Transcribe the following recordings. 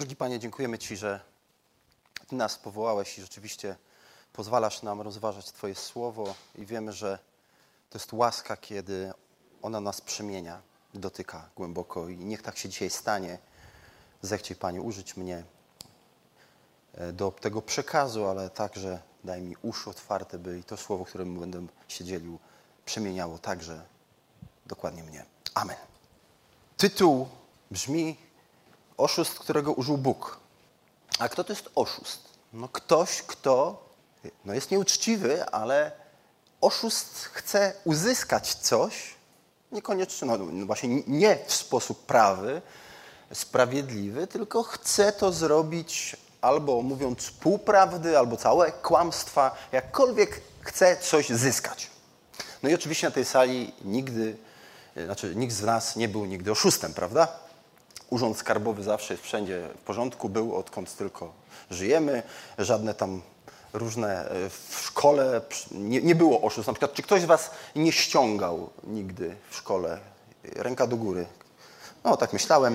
Drogi Panie, dziękujemy Ci, że Ty nas powołałeś i rzeczywiście pozwalasz nam rozważać Twoje słowo i wiemy, że to jest łaska, kiedy ona nas przemienia, dotyka głęboko i niech tak się dzisiaj stanie. Zechciej, Panie, użyć mnie do tego przekazu, ale także daj mi uszy otwarte, by i to słowo, którym będę się dzielił, przemieniało także dokładnie mnie. Amen. Tytuł brzmi Oszust, którego użył Bóg. A kto to jest oszust? No ktoś, kto jest nieuczciwy, ale oszust chce uzyskać coś, niekoniecznie, właśnie nie w sposób prawy, sprawiedliwy, tylko chce to zrobić albo mówiąc półprawdy, albo całe kłamstwa, jakkolwiek chce coś zyskać. No i oczywiście na tej sali nikt z nas nie był nigdy oszustem, prawda? Urząd Skarbowy zawsze jest wszędzie w porządku, był odkąd tylko żyjemy. Żadne tam różne w szkole nie było oszustw. Na przykład, czy ktoś z was nie ściągał nigdy w szkole? Ręka do góry. No, tak myślałem,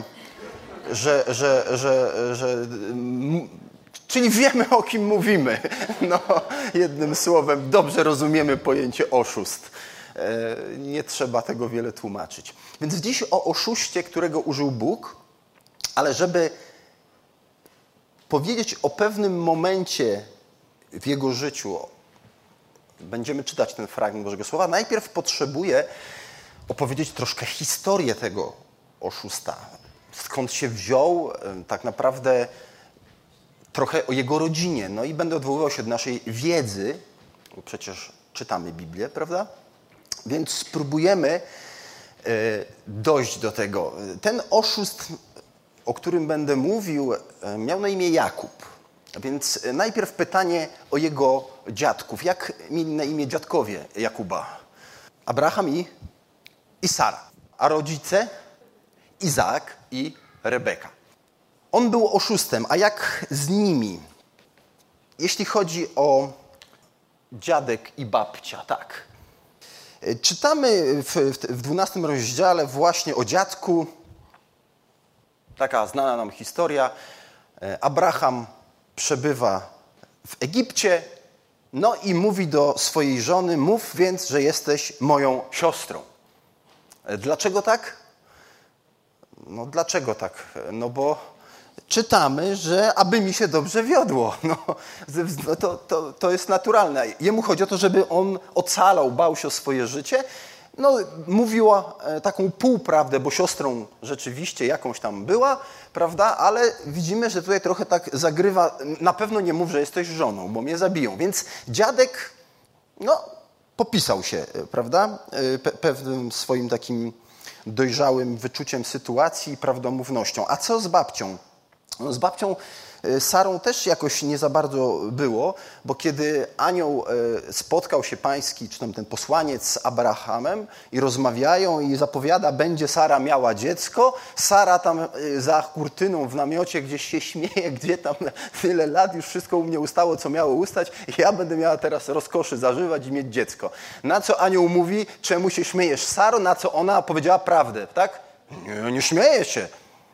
czyli wiemy, o kim mówimy. No, jednym słowem, dobrze rozumiemy pojęcie oszust. Nie trzeba tego wiele tłumaczyć. Więc dziś o oszuście, którego użył Bóg, ale żeby powiedzieć o pewnym momencie w jego życiu, będziemy czytać ten fragment Bożego Słowa, najpierw potrzebuję opowiedzieć troszkę historię tego oszusta. Skąd się wziął, tak naprawdę trochę o jego rodzinie. No i będę odwoływał się do naszej wiedzy, bo przecież czytamy Biblię, prawda? Więc spróbujemy dojść do tego. Ten oszust, o którym będę mówił, miał na imię Jakub. Więc najpierw pytanie o jego dziadków. Jak mieli na imię dziadkowie Jakuba? Abraham i Sara. A rodzice? Izaak i Rebeka. On był oszustem, a jak z nimi? Jeśli chodzi o dziadek i babcia, tak. Czytamy w 12 rozdziale właśnie o dziadku. Taka znana nam historia. Abraham przebywa w Egipcie, no i mówi do swojej żony, mów więc, że jesteś moją siostrą. Dlaczego tak? No dlaczego tak? No bo czytamy, że aby mi się dobrze wiodło. To jest naturalne. Jemu chodzi o to, żeby on ocalał, bał się o swoje życie. No, mówiła taką półprawdę, bo siostrą rzeczywiście jakąś tam była, prawda? Ale widzimy, że tutaj trochę tak zagrywa, na pewno nie mów, że jesteś żoną, bo mnie zabiją. Więc dziadek, popisał się, prawda? Pewnym swoim takim dojrzałym wyczuciem sytuacji i prawdomównością. A co z babcią? No, z babcią Sarą też jakoś nie za bardzo było, bo kiedy anioł spotkał się pański, czy tam ten posłaniec z Abrahamem i rozmawiają i zapowiada, będzie Sara miała dziecko, Sara tam za kurtyną w namiocie gdzieś się śmieje, gdzie tam tyle lat już wszystko u mnie ustało, co miało ustać i ja będę miała teraz rozkoszy zażywać i mieć dziecko. Na co anioł mówi, czemu się śmiejesz, Saro? Na co ona powiedziała prawdę, tak? Nie śmieję się.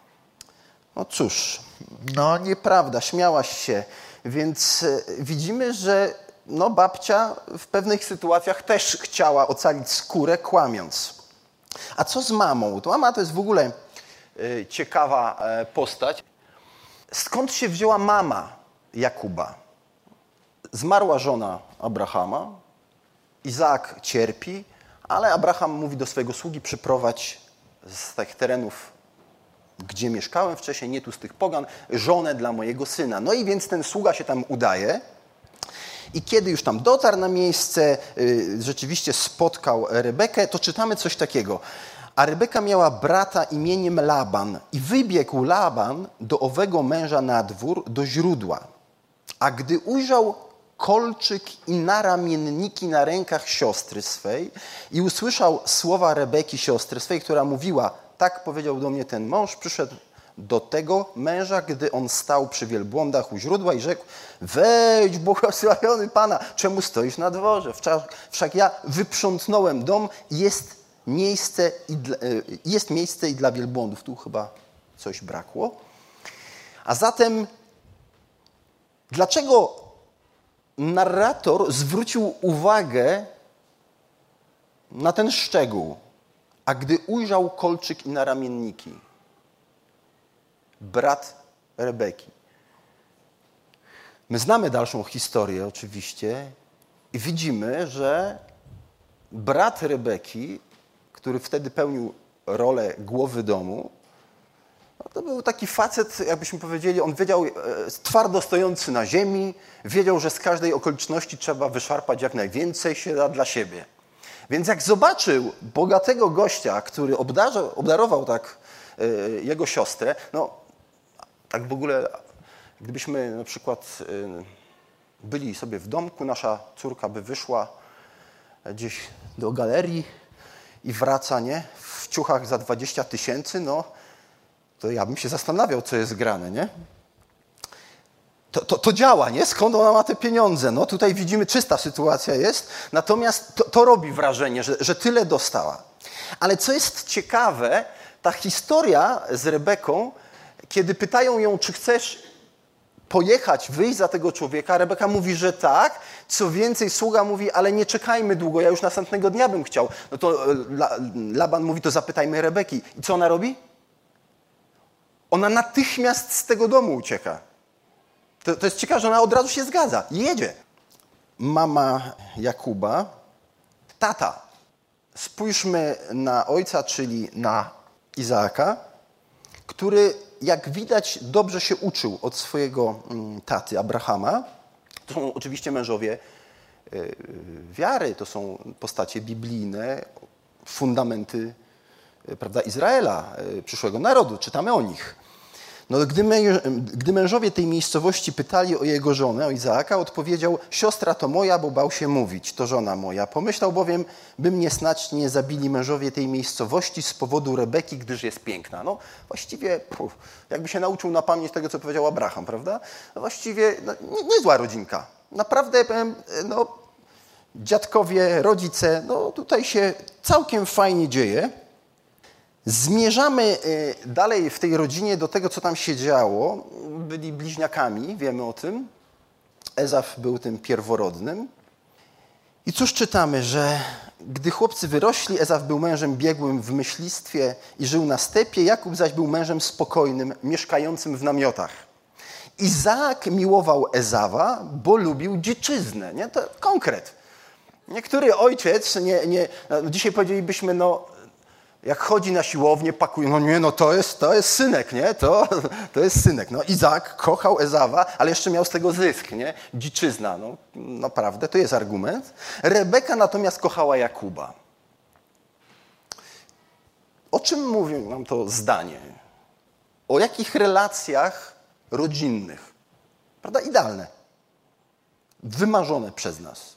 No cóż, nieprawda, śmiałaś się, więc widzimy, że babcia w pewnych sytuacjach też chciała ocalić skórę, kłamiąc. A co z mamą? Mama to jest w ogóle ciekawa postać. Skąd się wzięła mama Jakuba? Zmarła żona Abrahama, Izaak cierpi, ale Abraham mówi do swojego sługi, przyprowadź z tych terenów, gdzie mieszkałem wcześniej, nie tu z tych pogan, żonę dla mojego syna. No i więc ten sługa się tam udaje i kiedy już tam dotarł na miejsce, rzeczywiście spotkał Rebekę, to czytamy coś takiego. A Rebeka miała brata imieniem Laban i wybiegł Laban do owego męża na dwór, do źródła. A gdy ujrzał kolczyk i naramienniki na rękach siostry swej i usłyszał słowa Rebeki, siostry swej, która mówiła, tak powiedział do mnie ten mąż, przyszedł do tego męża, gdy on stał przy wielbłądach u źródła i rzekł, wejdź, błogosławiony Pana, czemu stoisz na dworze? Wszak ja wyprzątnąłem dom, jest miejsce i dla wielbłądów. Tu chyba coś brakło. A zatem dlaczego narrator zwrócił uwagę na ten szczegół? A gdy ujrzał kolczyk i naramienniki, brat Rebeki. My znamy dalszą historię oczywiście i widzimy, że brat Rebeki, który wtedy pełnił rolę głowy domu, to był taki facet, jakbyśmy powiedzieli, on wiedział, twardo stojący na ziemi, wiedział, że z każdej okoliczności trzeba wyszarpać jak najwięcej się da dla siebie. Więc jak zobaczył bogatego gościa, który obdarował tak jego siostrę, no tak w ogóle, gdybyśmy na przykład byli sobie w domku, nasza córka by wyszła gdzieś do galerii i wraca, nie? W ciuchach za 20 000, no to ja bym się zastanawiał, co jest grane, nie? To działa, nie? Skąd ona ma te pieniądze? No tutaj widzimy, czysta sytuacja jest, natomiast to robi wrażenie, że tyle dostała. Ale co jest ciekawe, ta historia z Rebeką, kiedy pytają ją, czy chcesz pojechać, wyjść za tego człowieka, Rebeka mówi, że tak. Co więcej, sługa mówi, ale nie czekajmy długo, ja już następnego dnia bym chciał. No to Laban mówi, to zapytajmy Rebeki. I co ona robi? Ona natychmiast z tego domu ucieka. To jest ciekawe, że ona od razu się zgadza. Jedzie. Mama Jakuba, tata. Spójrzmy na ojca, czyli na Izaaka, który, jak widać, dobrze się uczył od swojego taty Abrahama. To są oczywiście mężowie wiary, to są postacie biblijne, fundamenty, prawda, Izraela, przyszłego narodu. Czytamy o nich. No, gdy mężowie tej miejscowości pytali o jego żonę, o Izaaka, odpowiedział, siostra to moja, bo bał się mówić, to żona moja. Pomyślał bowiem, by mnie snać nie zabili mężowie tej miejscowości z powodu Rebeki, gdyż jest piękna. No właściwie, jakby się nauczył na pamięć tego, co powiedział Abraham, prawda? No, właściwie niezła rodzinka. Naprawdę, no, dziadkowie, rodzice, no tutaj się całkiem fajnie dzieje. Zmierzamy dalej w tej rodzinie do tego, co tam się działo. Byli bliźniakami, wiemy o tym. Ezaf był tym pierworodnym. I cóż czytamy, że gdy chłopcy wyrośli, Ezaf był mężem biegłym w myślistwie i żył na stepie, Jakub zaś był mężem spokojnym, mieszkającym w namiotach. Izaak miłował Ezawa, bo lubił dziczyznę. Nie? To konkret. Niektóry ojciec, dzisiaj powiedzielibyśmy, jak chodzi na siłownię, pakuje, to jest synek, nie? To jest synek. No, Izaak kochał Ezawa, ale jeszcze miał z tego zysk, nie? Dziczyzna, no naprawdę, to jest argument. Rebeka natomiast kochała Jakuba. O czym mówi nam to zdanie? O jakich relacjach rodzinnych? Prawda? Idealne. Wymarzone przez nas.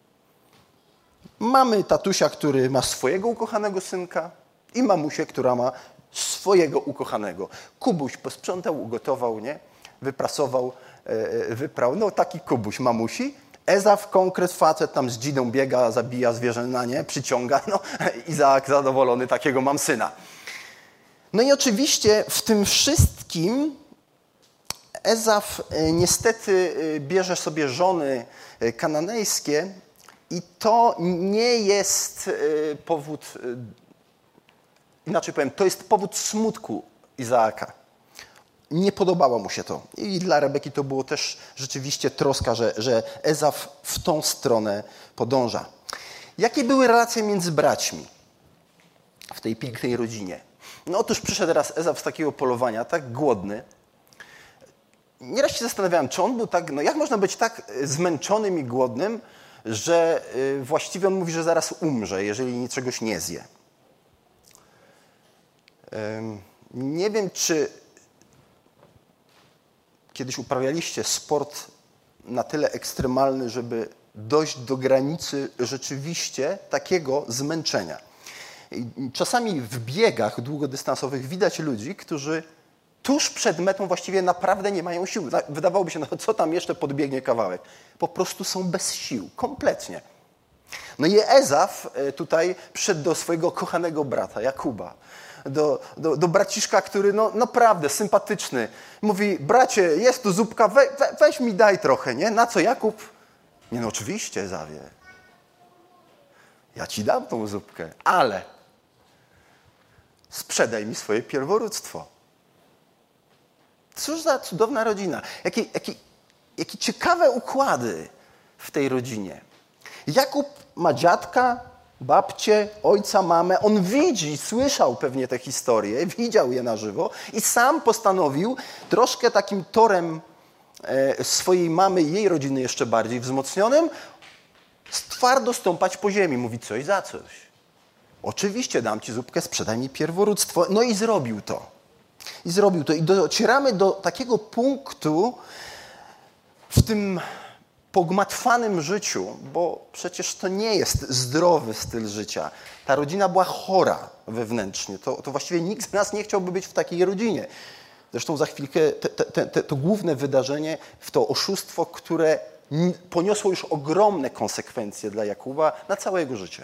Mamy tatusia, który ma swojego ukochanego synka, i mamusię, która ma swojego ukochanego. Kubuś posprzątał, ugotował, nie? Wyprasował, wyprał. No taki Kubuś mamusi. Ezaf, konkret facet, tam z dzidą biega, zabija zwierzęta, nie? Przyciąga. No, Izaak zadowolony, takiego mam syna. No i oczywiście w tym wszystkim Ezaf niestety bierze sobie żony kananejskie i to nie jest powód. Inaczej powiem, to jest powód smutku Izaaka. Nie podobało mu się to. I dla Rebeki to było też rzeczywiście troska, że Ezaf w tą stronę podąża. Jakie były relacje między braćmi w tej pięknej rodzinie? No otóż przyszedł raz Ezaf z takiego polowania, tak głodny. Nieraz się zastanawiałem, czy on był tak, jak można być tak zmęczonym i głodnym, że właściwie on mówi, że zaraz umrze, jeżeli niczegoś nie zje. Nie wiem, czy kiedyś uprawialiście sport na tyle ekstremalny, żeby dojść do granicy rzeczywiście takiego zmęczenia. Czasami w biegach długodystansowych widać ludzi, którzy tuż przed metą właściwie naprawdę nie mają sił. Wydawałoby się, co tam jeszcze podbiegnie kawałek. Po prostu są bez sił, kompletnie. No i Ezaf tutaj przyszedł do swojego kochanego brata, Jakuba. do braciszka, który no naprawdę sympatyczny. Mówi, bracie, jest tu zupka, weź mi daj trochę, nie? Na co Jakub? Nie, no oczywiście, Ezawie. Ja ci dam tą zupkę, ale sprzedaj mi swoje pierworództwo. Cóż za cudowna rodzina. Jakie ciekawe układy w tej rodzinie. Jakub ma dziadka, babcię, ojca, mamę. On widzi, słyszał pewnie te historie, widział je na żywo i sam postanowił troszkę takim torem swojej mamy i jej rodziny jeszcze bardziej wzmocnionym twardo stąpać po ziemi. Mówi coś za coś. Oczywiście dam ci zupkę, sprzedaj mi pierworództwo. No i zrobił to. I docieramy do takiego punktu w tym pogmatwanym życiu, bo przecież to nie jest zdrowy styl życia. Ta rodzina była chora wewnętrznie. To właściwie nikt z nas nie chciałby być w takiej rodzinie. Zresztą za chwilkę to główne wydarzenie, to oszustwo, które poniosło już ogromne konsekwencje dla Jakuba na całe jego życie.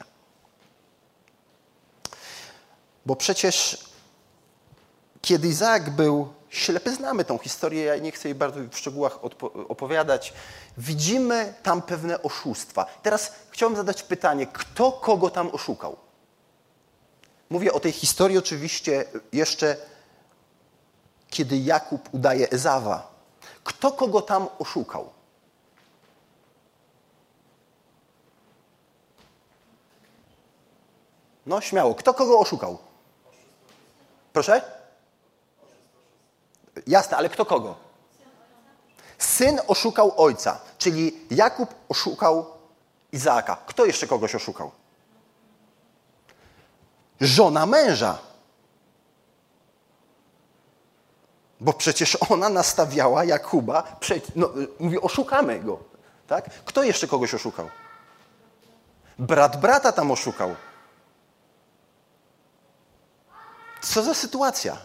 Bo przecież kiedy Izaak był ślepy, znamy tą historię, ja nie chcę jej bardzo w szczegółach opowiadać, widzimy tam pewne oszustwa. Teraz chciałbym zadać pytanie, kto kogo tam oszukał? Mówię o tej historii oczywiście jeszcze, kiedy Jakub udaje Ezawa. Kto kogo tam oszukał? No śmiało, kto kogo oszukał? Proszę? Jasne, ale kto kogo? Syn oszukał ojca, czyli Jakub oszukał Izaaka. Kto jeszcze kogoś oszukał? Żona męża. Bo przecież ona nastawiała Jakuba, mówi, oszukamy go. Tak? Kto jeszcze kogoś oszukał? Brat brata tam oszukał. Co za sytuacja?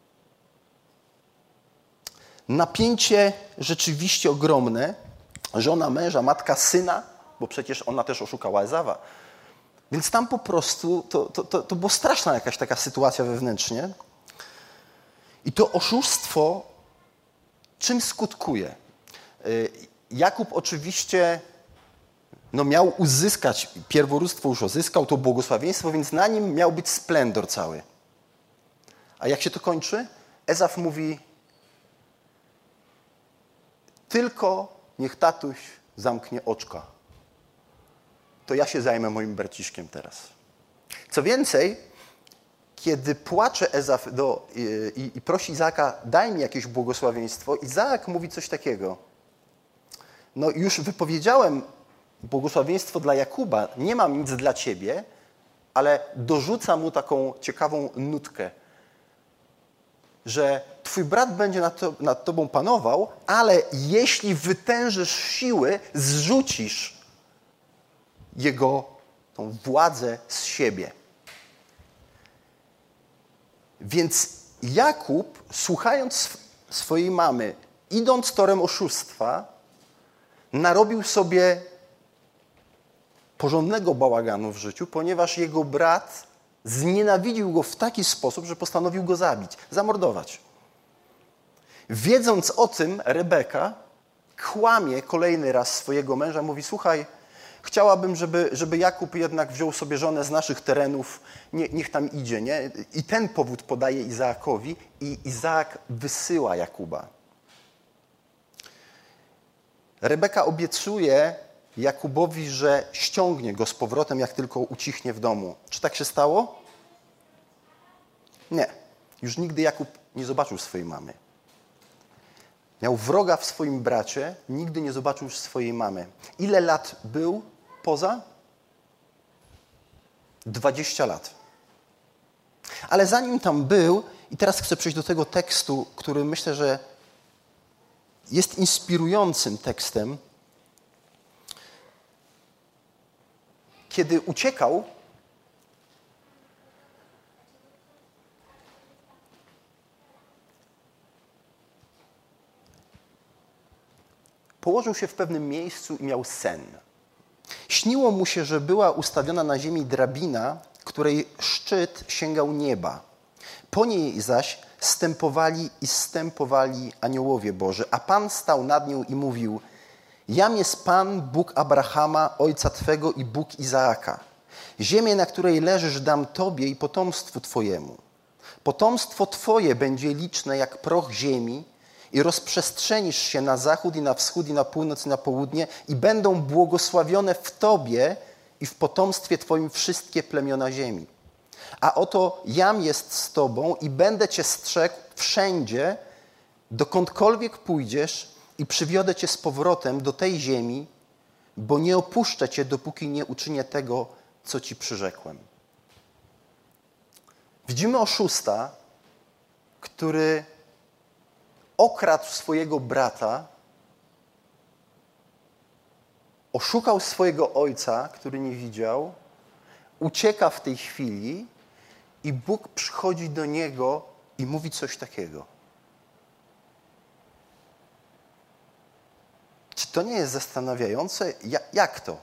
Napięcie rzeczywiście ogromne. Żona męża, matka syna, bo przecież ona też oszukała Ezawa. Więc tam po prostu to była straszna jakaś taka sytuacja wewnętrznie. I to oszustwo czym skutkuje? Jakub oczywiście miał uzyskać, pierworództwo już uzyskał, to błogosławieństwo, więc na nim miał być splendor cały. A jak się to kończy? Ezaw mówi, tylko niech tatuś zamknie oczka. To ja się zajmę moim braciszkiem teraz. Co więcej, kiedy płacze Ezaw i prosi Izaaka, daj mi jakieś błogosławieństwo, Izaak mówi coś takiego. No już wypowiedziałem błogosławieństwo dla Jakuba, nie mam nic dla ciebie, ale dorzuca mu taką ciekawą nutkę, że twój brat będzie nad tobą panował, ale jeśli wytężysz siły, zrzucisz jego tą władzę z siebie. Więc Jakub, słuchając swojej mamy, idąc torem oszustwa, narobił sobie porządnego bałaganu w życiu, ponieważ jego brat znienawidził go w taki sposób, że postanowił go zabić, zamordować. Wiedząc o tym, Rebeka kłamie kolejny raz swojego męża, mówi, słuchaj, chciałabym, żeby Jakub jednak wziął sobie żonę z naszych terenów, niech tam idzie, nie? I ten powód podaje Izaakowi i Izaak wysyła Jakuba. Rebeka obiecuje Jakubowi, że ściągnie go z powrotem, jak tylko ucichnie w domu. Czy tak się stało? Nie. Już nigdy Jakub nie zobaczył swojej mamy. Miał wroga w swoim bracie, nigdy nie zobaczył już swojej mamy. Ile lat był poza? 20 lat. Ale zanim tam był, i teraz chcę przejść do tego tekstu, który myślę, że jest inspirującym tekstem. Kiedy uciekał, położył się w pewnym miejscu i miał sen. Śniło mu się, że była ustawiona na ziemi drabina, której szczyt sięgał nieba. Po niej zaś stępowali aniołowie Boży, a Pan stał nad nią i mówił: Jam jest Pan, Bóg Abrahama, ojca Twego i Bóg Izaaka. Ziemię, na której leżysz, dam Tobie i potomstwu Twojemu. Potomstwo Twoje będzie liczne jak proch ziemi i rozprzestrzenisz się na zachód i na wschód i na północ i na południe i będą błogosławione w Tobie i w potomstwie Twoim wszystkie plemiona ziemi. A oto Jam jest z Tobą i będę Cię strzegł wszędzie, dokądkolwiek pójdziesz i przywiodę Cię z powrotem do tej ziemi, bo nie opuszczę Cię, dopóki nie uczynię tego, co Ci przyrzekłem. Widzimy oszusta, który okradł swojego brata, oszukał swojego ojca, który nie widział, ucieka w tej chwili i Bóg przychodzi do niego i mówi coś takiego. Czy to nie jest zastanawiające? Jak to?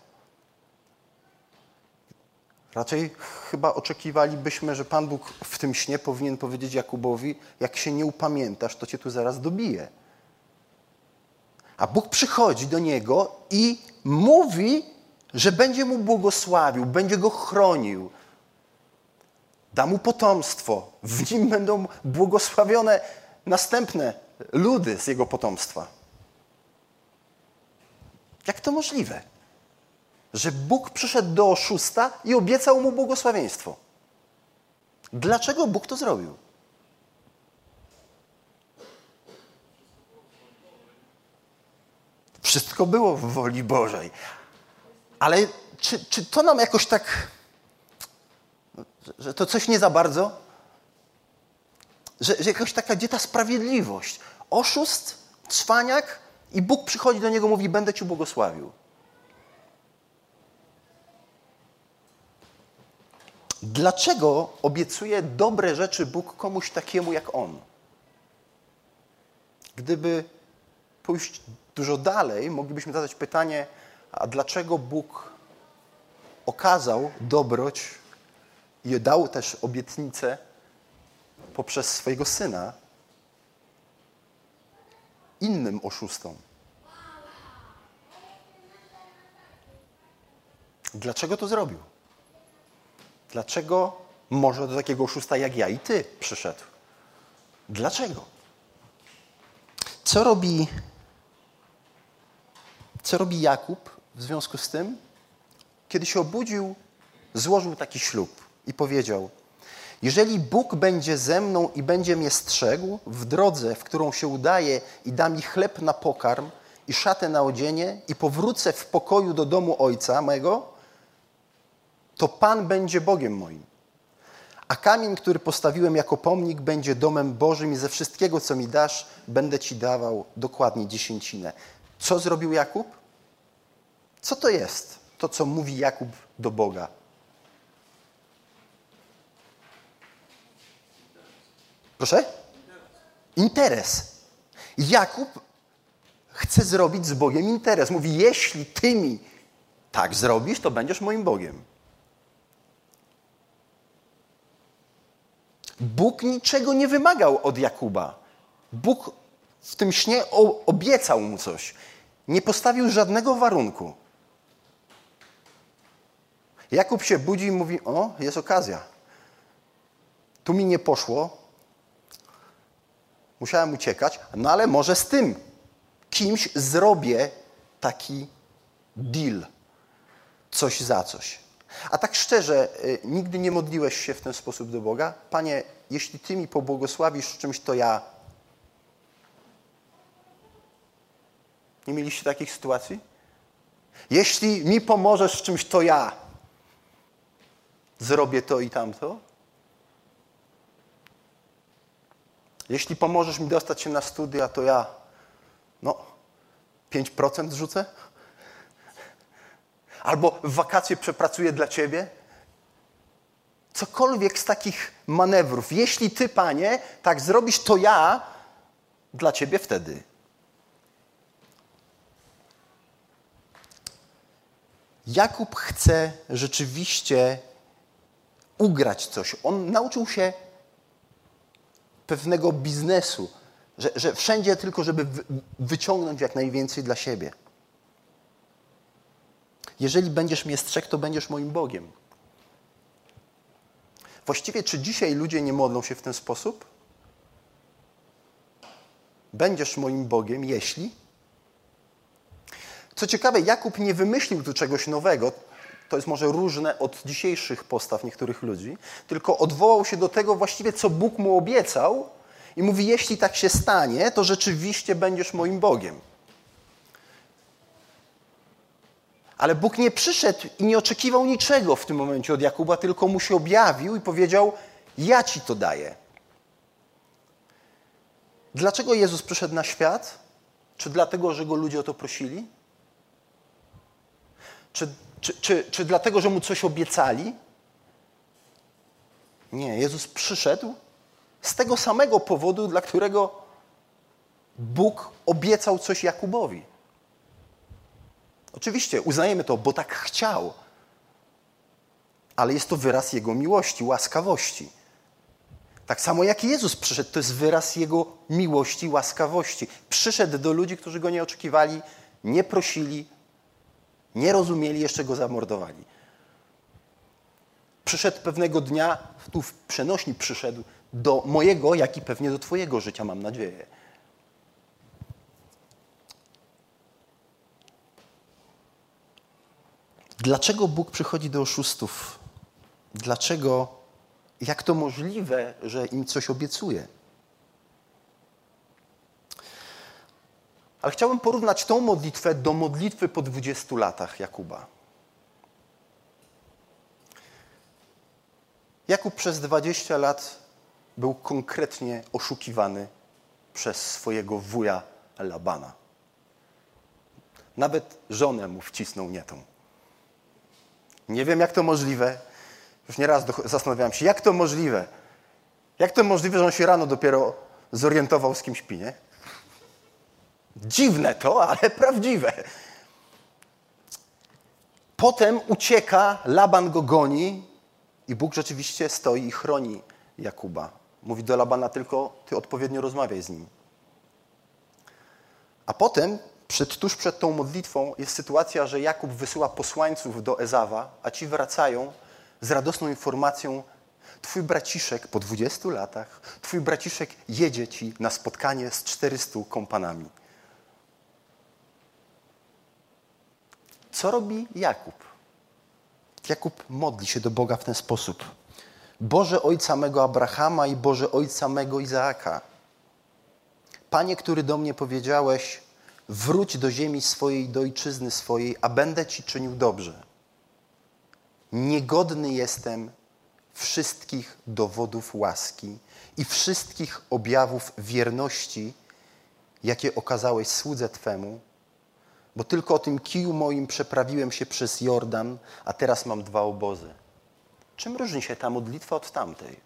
Raczej chyba oczekiwalibyśmy, że Pan Bóg w tym śnie powinien powiedzieć Jakubowi: jak się nie upamiętasz, to cię tu zaraz dobiję. A Bóg przychodzi do niego i mówi, że będzie mu błogosławił, będzie go chronił. Da mu potomstwo. W nim będą błogosławione następne ludy z jego potomstwa. Jak to możliwe? Że Bóg przyszedł do oszusta i obiecał mu błogosławieństwo. Dlaczego Bóg to zrobił? Wszystko było w woli Bożej. Ale czy to nam jakoś tak, że to coś nie za bardzo? Że jakaś taka, gdzie ta sprawiedliwość? Oszust, cwaniak i Bóg przychodzi do niego i mówi: będę ci błogosławił. Dlaczego obiecuje dobre rzeczy Bóg komuś takiemu jak on? Gdyby pójść dużo dalej, moglibyśmy zadać pytanie: a dlaczego Bóg okazał dobroć i dał też obietnicę poprzez swojego Syna innym oszustom? Dlaczego to zrobił? Dlaczego może do takiego oszusta jak ja i ty przyszedł? Dlaczego? Co robi Jakub w związku z tym? Kiedy się obudził, złożył taki ślub i powiedział: jeżeli Bóg będzie ze mną i będzie mnie strzegł w drodze, w którą się udaje, i da mi chleb na pokarm i szatę na odzienie, i powrócę w pokoju do domu ojca mego, to Pan będzie Bogiem moim. A kamień, który postawiłem jako pomnik, będzie domem Bożym i ze wszystkiego, co mi dasz, będę ci dawał dokładnie dziesięcinę. Co zrobił Jakub? Co to jest? To, co mówi Jakub do Boga. Proszę? Interes. Jakub chce zrobić z Bogiem interes. Mówi: jeśli ty mi tak zrobisz, to będziesz moim Bogiem. Bóg niczego nie wymagał od Jakuba. Bóg w tym śnie obiecał mu coś. Nie postawił żadnego warunku. Jakub się budzi i mówi: o, jest okazja. Tu mi nie poszło. Musiałem uciekać, no ale może z tym kimś zrobię taki deal. Coś za coś. A tak szczerze, nigdy nie modliłeś się w ten sposób do Boga? Panie, jeśli Ty mi pobłogosławisz czymś, to ja. Nie mieliście takich sytuacji? Jeśli mi pomożesz w czymś, to ja zrobię to i tamto. Jeśli pomożesz mi dostać się na studia, to ja 5% zrzucę. Albo w wakacje przepracuję dla Ciebie. Cokolwiek z takich manewrów. Jeśli Ty, Panie, tak zrobisz, to ja dla Ciebie wtedy. Jakub chce rzeczywiście ugrać coś. On nauczył się pewnego biznesu, że wszędzie tylko, żeby wyciągnąć jak najwięcej dla siebie. Jeżeli będziesz mnie strzegł, to będziesz moim Bogiem. Właściwie, czy dzisiaj ludzie nie modlą się w ten sposób? Będziesz moim Bogiem, jeśli... Co ciekawe, Jakub nie wymyślił tu czegoś nowego, to jest może różne od dzisiejszych postaw niektórych ludzi, tylko odwołał się do tego właściwie, co Bóg mu obiecał i mówi, jeśli tak się stanie, to rzeczywiście będziesz moim Bogiem. Ale Bóg nie przyszedł i nie oczekiwał niczego w tym momencie od Jakuba, tylko mu się objawił i powiedział, ja ci to daję. Dlaczego Jezus przyszedł na świat? Czy dlatego, że go ludzie o to prosili? Czy dlatego, że mu coś obiecali? Nie, Jezus przyszedł z tego samego powodu, dla którego Bóg obiecał coś Jakubowi. Oczywiście uznajemy to, bo tak chciał, ale jest to wyraz Jego miłości, łaskawości. Tak samo jak Jezus przyszedł, to jest wyraz Jego miłości, łaskawości. Przyszedł do ludzi, którzy Go nie oczekiwali, nie prosili, nie rozumieli, jeszcze Go zamordowali. Przyszedł pewnego dnia, tu w przenośni przyszedł, do mojego, jak i pewnie do Twojego życia, mam nadzieję. Dlaczego Bóg przychodzi do oszustów? Dlaczego, jak to możliwe, że im coś obiecuje? Ale chciałbym porównać tą modlitwę do modlitwy po 20 latach Jakuba. Jakub przez 20 lat był konkretnie oszukiwany przez swojego wuja Labana. Nawet żonę mu wcisnął nie tą. Nie wiem, jak to możliwe. Już nieraz zastanawiałem się, jak to możliwe. Jak to możliwe, że on się rano dopiero zorientował, z kim śpi, nie? Dziwne to, ale prawdziwe. Potem ucieka, Laban go goni i Bóg rzeczywiście stoi i chroni Jakuba. Mówi do Labana tylko, ty odpowiednio rozmawiaj z nim. A potem, tuż przed tą modlitwą, jest sytuacja, że Jakub wysyła posłańców do Ezawa, a ci wracają z radosną informacją, twój braciszek po 20 latach, twój braciszek jedzie ci na spotkanie z 400 kompanami. Co robi Jakub? Jakub modli się do Boga w ten sposób. Boże Ojca mego Abrahama i Boże Ojca mego Izaaka. Panie, który do mnie powiedziałeś, wróć do ziemi swojej, do ojczyzny swojej, a będę ci czynił dobrze. Niegodny jestem wszystkich dowodów łaski i wszystkich objawów wierności, jakie okazałeś słudze Twemu, bo tylko o tym kiju moim przeprawiłem się przez Jordan, a teraz mam 2 obozy. Czym różni się ta modlitwa od tamtej?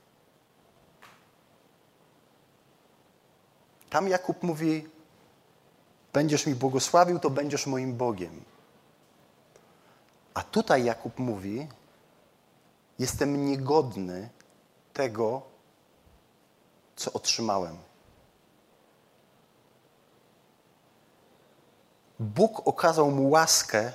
Tam Jakub mówi, będziesz mi błogosławił, to będziesz moim Bogiem. A tutaj Jakub mówi, jestem niegodny tego, co otrzymałem. Bóg okazał mu łaskę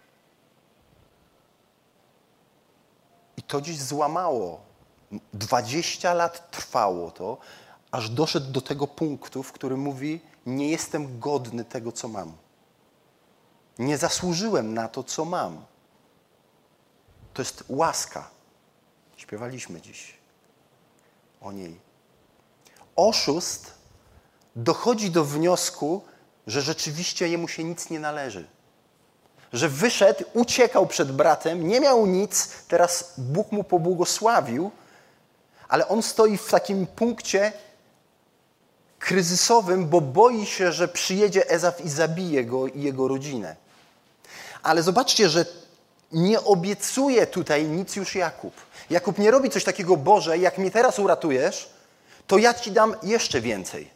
i to dziś złamało. 20 lat trwało to, aż doszedł do tego punktu, w którym mówi, nie jestem godny tego, co mam. Nie zasłużyłem na to, co mam. To jest łaska. Śpiewaliśmy dziś o niej. Oszust dochodzi do wniosku, że rzeczywiście jemu się nic nie należy. Że wyszedł, uciekał przed bratem, nie miał nic, teraz Bóg mu pobłogosławił, ale on stoi w takim punkcie kryzysowym, bo boi się, że przyjedzie Ezaw i zabije go i jego rodzinę. Ale zobaczcie, że nie obiecuje tutaj nic już Jakub. Jakub nie robi coś takiego, Boże, jak mnie teraz uratujesz, to ja ci dam jeszcze więcej.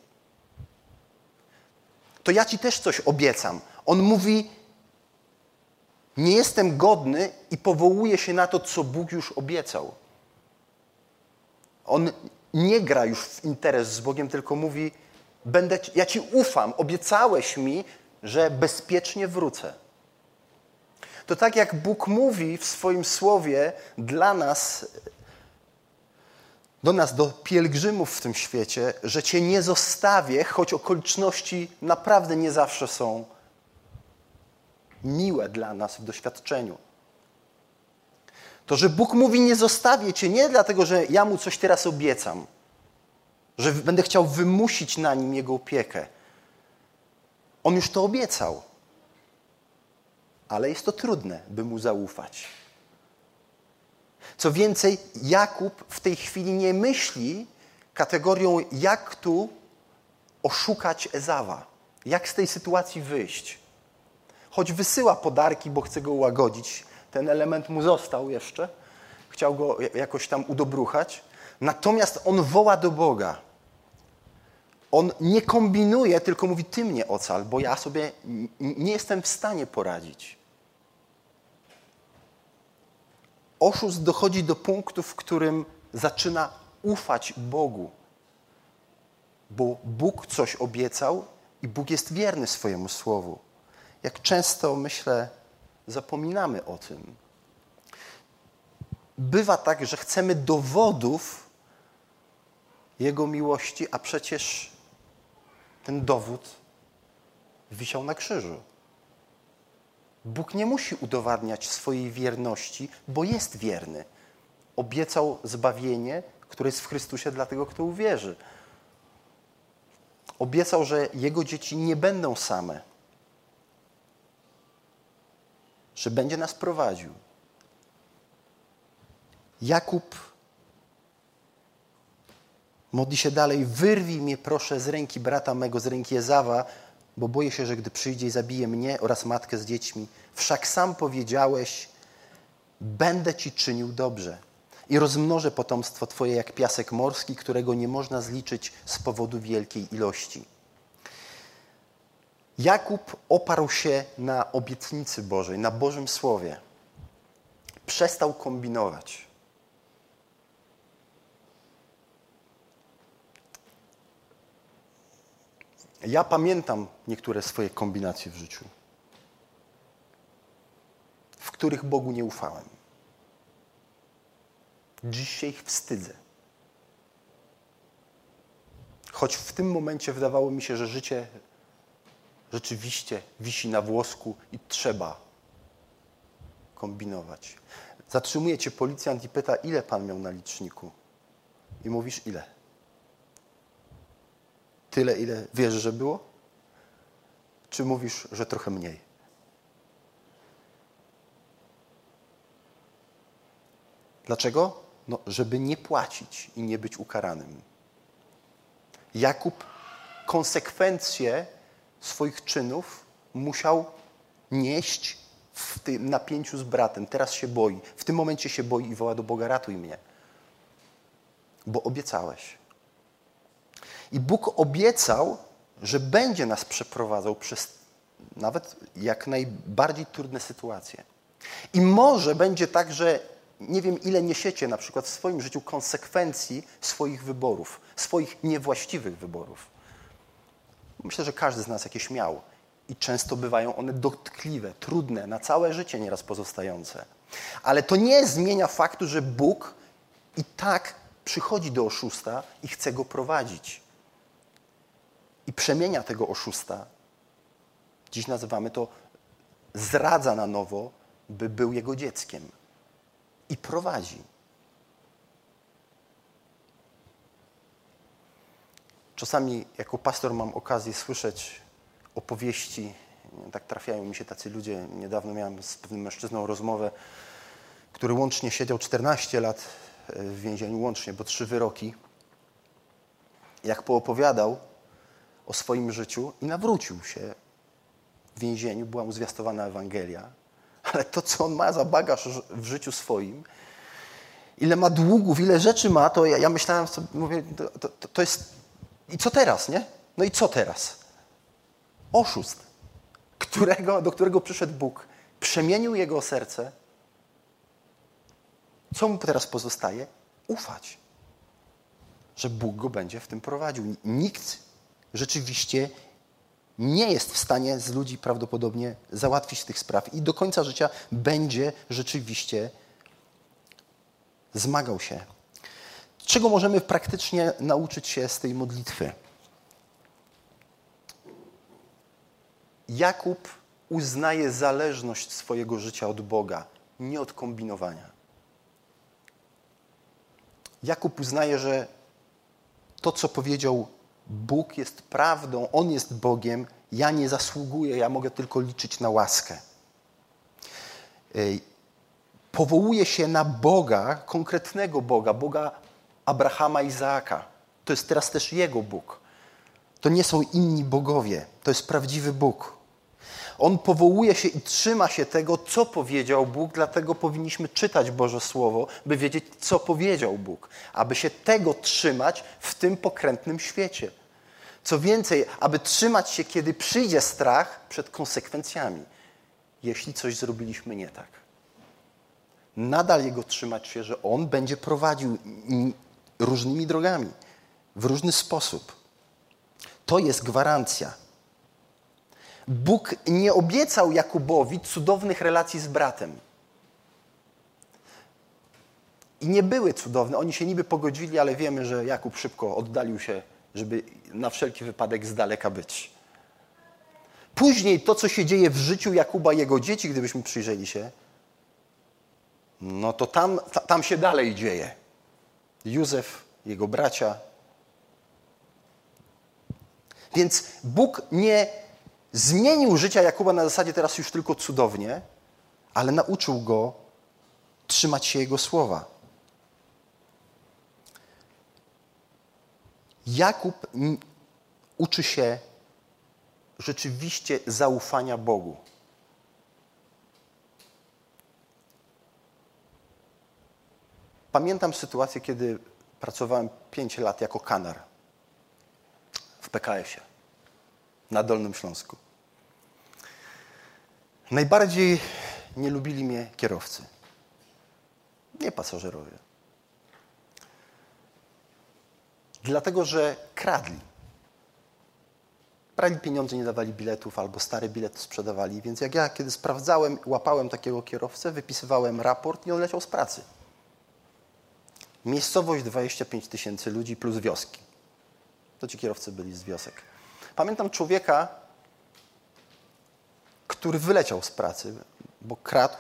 To ja ci też coś obiecam. On mówi, nie jestem godny i powołuje się na to, co Bóg już obiecał. On nie gra już w interes z Bogiem, tylko mówi, ja Ci ufam, obiecałeś mi, że bezpiecznie wrócę. To tak jak Bóg mówi w swoim słowie do nas, do pielgrzymów w tym świecie, że Cię nie zostawię, choć okoliczności naprawdę nie zawsze są miłe dla nas w doświadczeniu. To, że Bóg mówi, nie zostawię Cię, nie dlatego, że ja Mu coś teraz obiecam, że będę chciał wymusić na Nim Jego opiekę. On już to obiecał. Ale jest to trudne, by Mu zaufać. Co więcej, Jakub w tej chwili nie myśli kategorią, jak tu oszukać Ezawa. Jak z tej sytuacji wyjść. Choć wysyła podarki, bo chce go ułagodzić, ten element mu został jeszcze. Chciał go jakoś tam udobruchać. Natomiast on woła do Boga. On nie kombinuje, tylko mówi, Ty mnie ocal, bo ja sobie nie jestem w stanie poradzić. Oszust dochodzi do punktu, w którym zaczyna ufać Bogu. Bo Bóg coś obiecał i Bóg jest wierny swojemu słowu. Jak często, myślę, zapominamy o tym. Bywa tak, że chcemy dowodów Jego miłości, a przecież ten dowód wisiał na krzyżu. Bóg nie musi udowadniać swojej wierności, bo jest wierny. Obiecał zbawienie, które jest w Chrystusie dla tego, kto uwierzy. Obiecał, że Jego dzieci nie będą same. Że będzie nas prowadził. Jakub modli się dalej. Wyrwij mnie proszę z ręki brata mego, z ręki Ezawa, bo boję się, że gdy przyjdzie i zabije mnie oraz matkę z dziećmi, wszak sam powiedziałeś, będę Ci czynił dobrze i rozmnożę potomstwo Twoje jak piasek morski, którego nie można zliczyć z powodu wielkiej ilości. Jakub oparł się na obietnicy Bożej, na Bożym Słowie. Przestał kombinować. Ja pamiętam niektóre swoje kombinacje w życiu, w których Bogu nie ufałem. Dziś się ich wstydzę. Choć w tym momencie wydawało mi się, że życie rzeczywiście wisi na włosku i trzeba kombinować. Zatrzymuje cię policjant i pyta, ile pan miał na liczniku? I mówisz, ile? Tyle, ile wiesz, że było? Czy mówisz, że trochę mniej? Dlaczego? No, żeby nie płacić i nie być ukaranym. Jakub konsekwencje swoich czynów musiał nieść w tym napięciu z bratem. Teraz się boi. W tym momencie się boi i woła do Boga, ratuj mnie. Bo obiecałeś. I Bóg obiecał, że będzie nas przeprowadzał przez nawet jak najbardziej trudne sytuacje. I może będzie tak, że nie wiem, ile niesiecie na przykład w swoim życiu konsekwencji swoich wyborów, swoich niewłaściwych wyborów. Myślę, że każdy z nas jakieś miał. I często bywają one dotkliwe, trudne, na całe życie nieraz pozostające. Ale to nie zmienia faktu, że Bóg i tak przychodzi do oszusta i chce go prowadzić. I przemienia tego oszusta. Dziś nazywamy to zdradza na nowo, by był jego dzieckiem. I prowadzi. Czasami jako pastor mam okazję słyszeć opowieści, tak trafiają mi się tacy ludzie. Niedawno miałem z pewnym mężczyzną rozmowę, który łącznie siedział 14 lat w więzieniu, łącznie, bo 3 wyroki. Jak poopowiadał o swoim życiu i nawrócił się w więzieniu, była mu zwiastowana Ewangelia, ale to, co on ma za bagaż w życiu swoim, ile ma długów, ile rzeczy ma, to ja myślałem sobie, mówię, to jest... I co teraz, nie? No i co teraz? Oszust, do którego przyszedł Bóg, przemienił jego serce. Co mu teraz pozostaje? Ufać. że Bóg go będzie w tym prowadził. Nikt rzeczywiście nie jest w stanie z ludzi prawdopodobnie załatwić tych spraw i do końca życia będzie rzeczywiście zmagał się. Czego możemy praktycznie nauczyć się z tej modlitwy? Jakub uznaje zależność swojego życia od Boga, nie od kombinowania. Jakub uznaje, że to, co powiedział Bóg, jest prawdą, On jest Bogiem, ja nie zasługuję, ja mogę tylko liczyć na łaskę. Powołuje się na Boga, konkretnego Boga, Boga Abrahama i Izaaka. To jest teraz też Jego Bóg. To nie są inni bogowie, to jest prawdziwy Bóg. On powołuje się i trzyma się tego, co powiedział Bóg, dlatego powinniśmy czytać Boże Słowo, by wiedzieć, co powiedział Bóg, aby się tego trzymać w tym pokrętnym świecie. Co więcej, aby trzymać się, kiedy przyjdzie strach, przed konsekwencjami, jeśli coś zrobiliśmy nie tak. Nadal Jego trzymać się, że On będzie prowadził różnymi drogami, w różny sposób. To jest gwarancja. Bóg nie obiecał Jakubowi cudownych relacji z bratem. I nie były cudowne. Oni się niby pogodzili, ale wiemy, że Jakub szybko oddalił się, żeby na wszelki wypadek z daleka być. Później to, co się dzieje w życiu Jakuba i jego dzieci, gdybyśmy przyjrzeli się, no to tam się dalej dzieje. Józef, jego bracia. Więc Bóg nie zmienił życia Jakuba na zasadzie teraz już tylko cudownie, ale nauczył go trzymać się Jego słowa. Jakub uczy się rzeczywiście zaufania Bogu. Pamiętam sytuację, kiedy pracowałem 5 lat jako kanar w PKS-ie na Dolnym Śląsku. Najbardziej nie lubili mnie kierowcy, nie pasażerowie. Dlatego, że kradli. Brali pieniądze, nie dawali biletów, albo stare bilety sprzedawali. Więc jak ja kiedy sprawdzałem, łapałem takiego kierowcę, wypisywałem raport i on leciał z pracy. Miejscowość 25 000 ludzi plus wioski. To ci kierowcy byli z wiosek. Pamiętam człowieka, który wyleciał z pracy, bo kradł.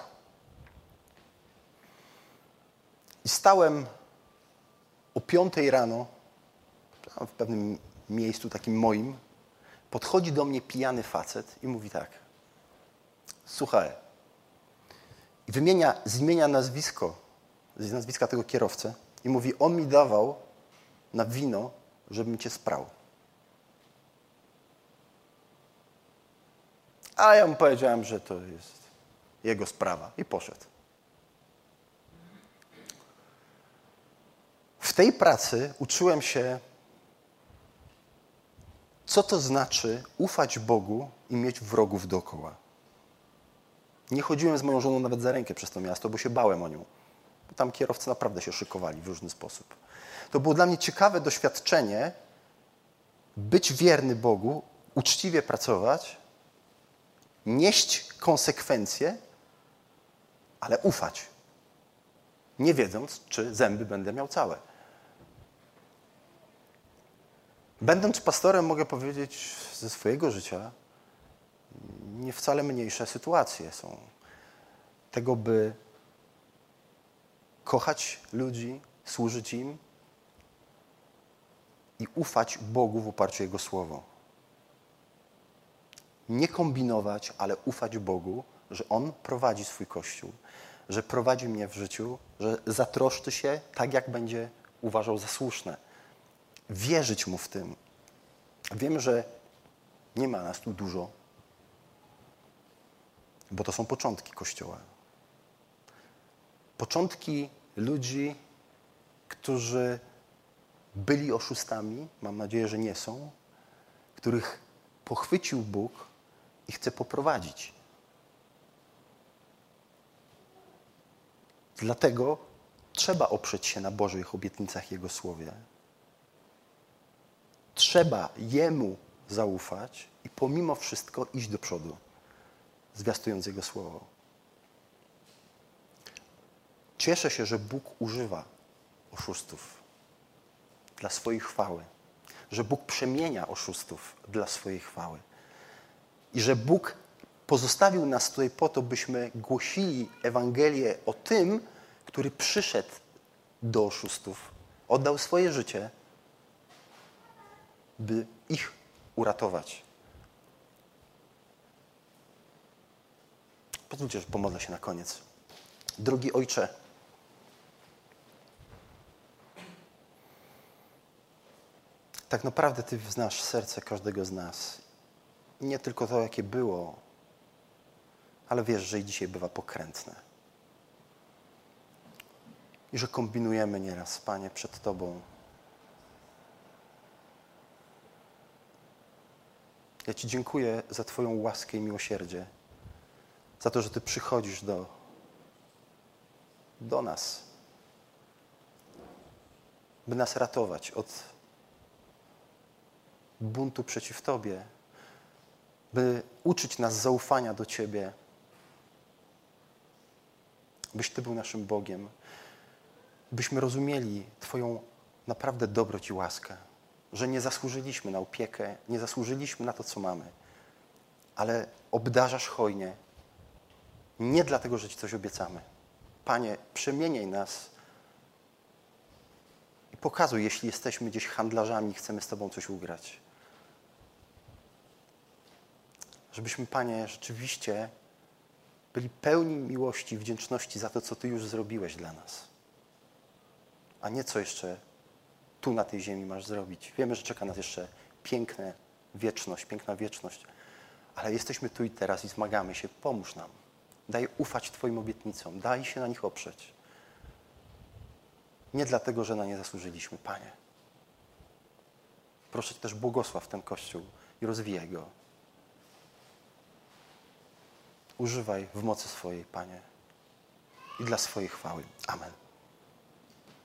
I stałem o 5 rano w pewnym miejscu takim moim. Podchodzi do mnie pijany facet i mówi tak. Słuchaj. I zmienia nazwisko, z nazwiska tego kierowcy i mówi, on mi dawał na wino, żebym cię sprał. A ja mu powiedziałem, że to jest jego sprawa i poszedł. W tej pracy uczyłem się, co to znaczy ufać Bogu i mieć wrogów dookoła. Nie chodziłem z moją żoną nawet za rękę przez to miasto, bo się bałem o nią. Bo tam kierowcy naprawdę się szykowali w różny sposób. To było dla mnie ciekawe doświadczenie, być wierny Bogu, uczciwie pracować, nieść konsekwencje, ale ufać. Nie wiedząc, czy zęby będę miał całe. Będąc pastorem, mogę powiedzieć ze swojego życia, nie wcale mniejsze sytuacje są. Tego, by kochać ludzi, służyć im i ufać Bogu w oparciu o Jego Słowo. Nie kombinować, ale ufać Bogu, że On prowadzi swój Kościół, że prowadzi mnie w życiu, że zatroszczy się tak, jak będzie uważał za słuszne. Wierzyć Mu w tym. Wiem, że nie ma nas tu dużo, bo to są początki Kościoła. Początki ludzi, którzy byli oszustami, mam nadzieję, że nie są, których pochwycił Bóg i chce poprowadzić. Dlatego trzeba oprzeć się na Bożych obietnicach i Jego Słowie. trzeba Jemu zaufać i pomimo wszystko iść do przodu, zwiastując Jego słowo. Cieszę się, że Bóg używa oszustów dla swojej chwały, że Bóg przemienia oszustów dla swojej chwały i że Bóg pozostawił nas tutaj po to, byśmy głosili Ewangelię o tym, który przyszedł do oszustów, oddał swoje życie, by ich uratować. Pozwólcie, że pomodlę się na koniec. Drogi Ojcze, tak naprawdę Ty znasz serce każdego z nas. Nie tylko to, jakie było, ale wiesz, że i dzisiaj bywa pokrętne. I że kombinujemy nieraz, Panie, przed Tobą. Ja Ci dziękuję za Twoją łaskę i miłosierdzie. Za to, że Ty przychodzisz do nas, by nas ratować od buntu przeciw Tobie, by uczyć nas zaufania do Ciebie, byś Ty był naszym Bogiem, byśmy rozumieli Twoją naprawdę dobroć i łaskę, że nie zasłużyliśmy na opiekę, nie zasłużyliśmy na to, co mamy, ale obdarzasz hojnie, nie dlatego, że Ci coś obiecamy. Panie, przemieniaj nas i pokazuj, jeśli jesteśmy gdzieś handlarzami i chcemy z Tobą coś ugrać. Żebyśmy, Panie, rzeczywiście byli pełni miłości i wdzięczności za to, co Ty już zrobiłeś dla nas. A nie co jeszcze tu na tej ziemi masz zrobić. Wiemy, że czeka nas jeszcze piękna wieczność, ale jesteśmy tu i teraz i zmagamy się. Pomóż nam. Daj ufać Twoim obietnicom. Daj się na nich oprzeć. Nie dlatego, że na nie zasłużyliśmy, Panie. Proszę Cię też błogosław ten Kościół i rozwijaj go. Używaj w mocy swojej, Panie, i dla swojej chwały. Amen.